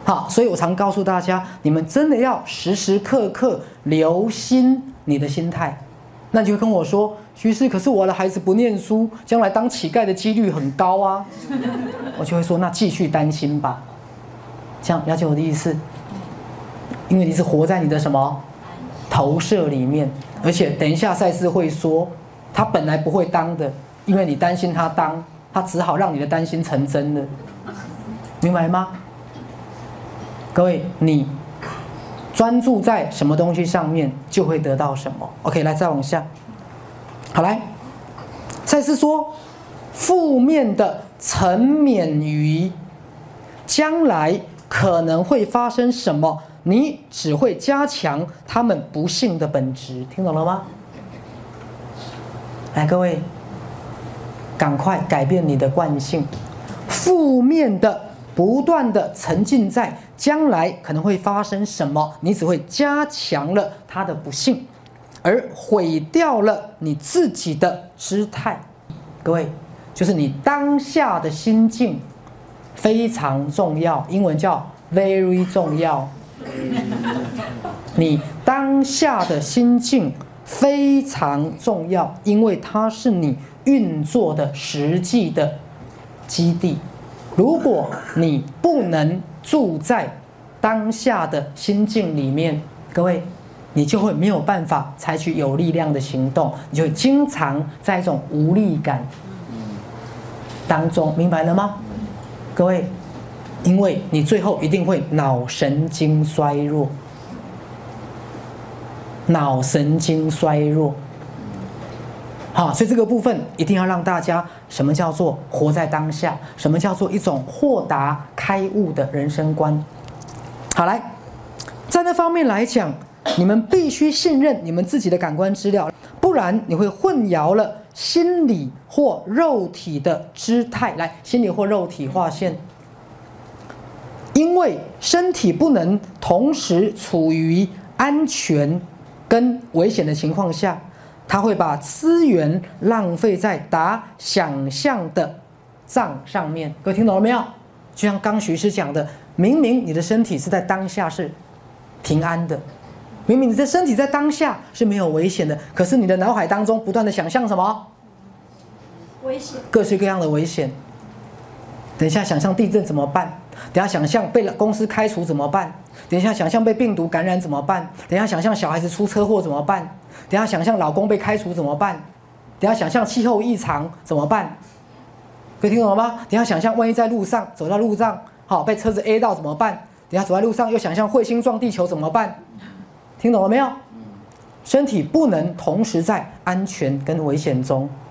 好，所以我常告诉大家，你们真的要时时刻刻留心你的心态。那你就会跟我说，徐师，可是我的孩子不念书，将来当乞丐的几率很高啊。我就会说，那继续担心吧。这样了解我的意思？因为你是活在你的什么投射里面，而且等一下赛斯会说，他本来不会当的，因为你担心他当，他只好让你的担心成真了，明白吗？各位，你专注在什么东西上面，就会得到什么。OK， 来再往下。好，来，赛斯说，负面的沉湎于将来可能会发生什么，你只会加强他们不幸的本质。听懂了吗？来，各位，赶快改变你的惯性，负面的不断的沉浸在将来可能会发生什么，你只会加强了他的不幸，而毁掉了你自己的姿态。各位，就是你当下的心境非常重要，英文叫 very 重要。你当下的心境非常重要，因为它是你运作的实际的基地。如果你不能住在当下的心境里面，各位，你就会没有办法采取有力量的行动，你就会经常在一种无力感当中，明白了吗？各位，因为你最后一定会脑神经衰弱，脑神经衰弱。好，所以这个部分一定要让大家，什么叫做活在当下，什么叫做一种豁达开悟的人生观。好，来，在那方面来讲，你们必须信任你们自己的感官资料，不然你会混淆了心理或肉体的姿态。来，心理或肉体划线，因为身体不能同时处于安全跟危险的情况下，他会把资源浪费在打想象的仗上面。各位听懂了没有？就像刚徐师讲的，明明你的身体是在当下是平安的，明明你的身体在当下是没有危险的，可是你的脑海当中不断的想象什么？ 危险， 各式各样的危险。等一下想象地震怎么办？等一下想象被公司开除怎么办？等一下想象被病毒感染怎么办？等一下想象小孩子出车祸怎么办？等一下想象老公被开除怎么办？等一下想象气候异常怎么办？各位听懂了吗？等一下想象万一在路上走到路上，好被车子 A 到怎么办？等一下走在路上又想象彗星撞地球怎么办？听懂了没有？身体不能同时在安全跟危险中。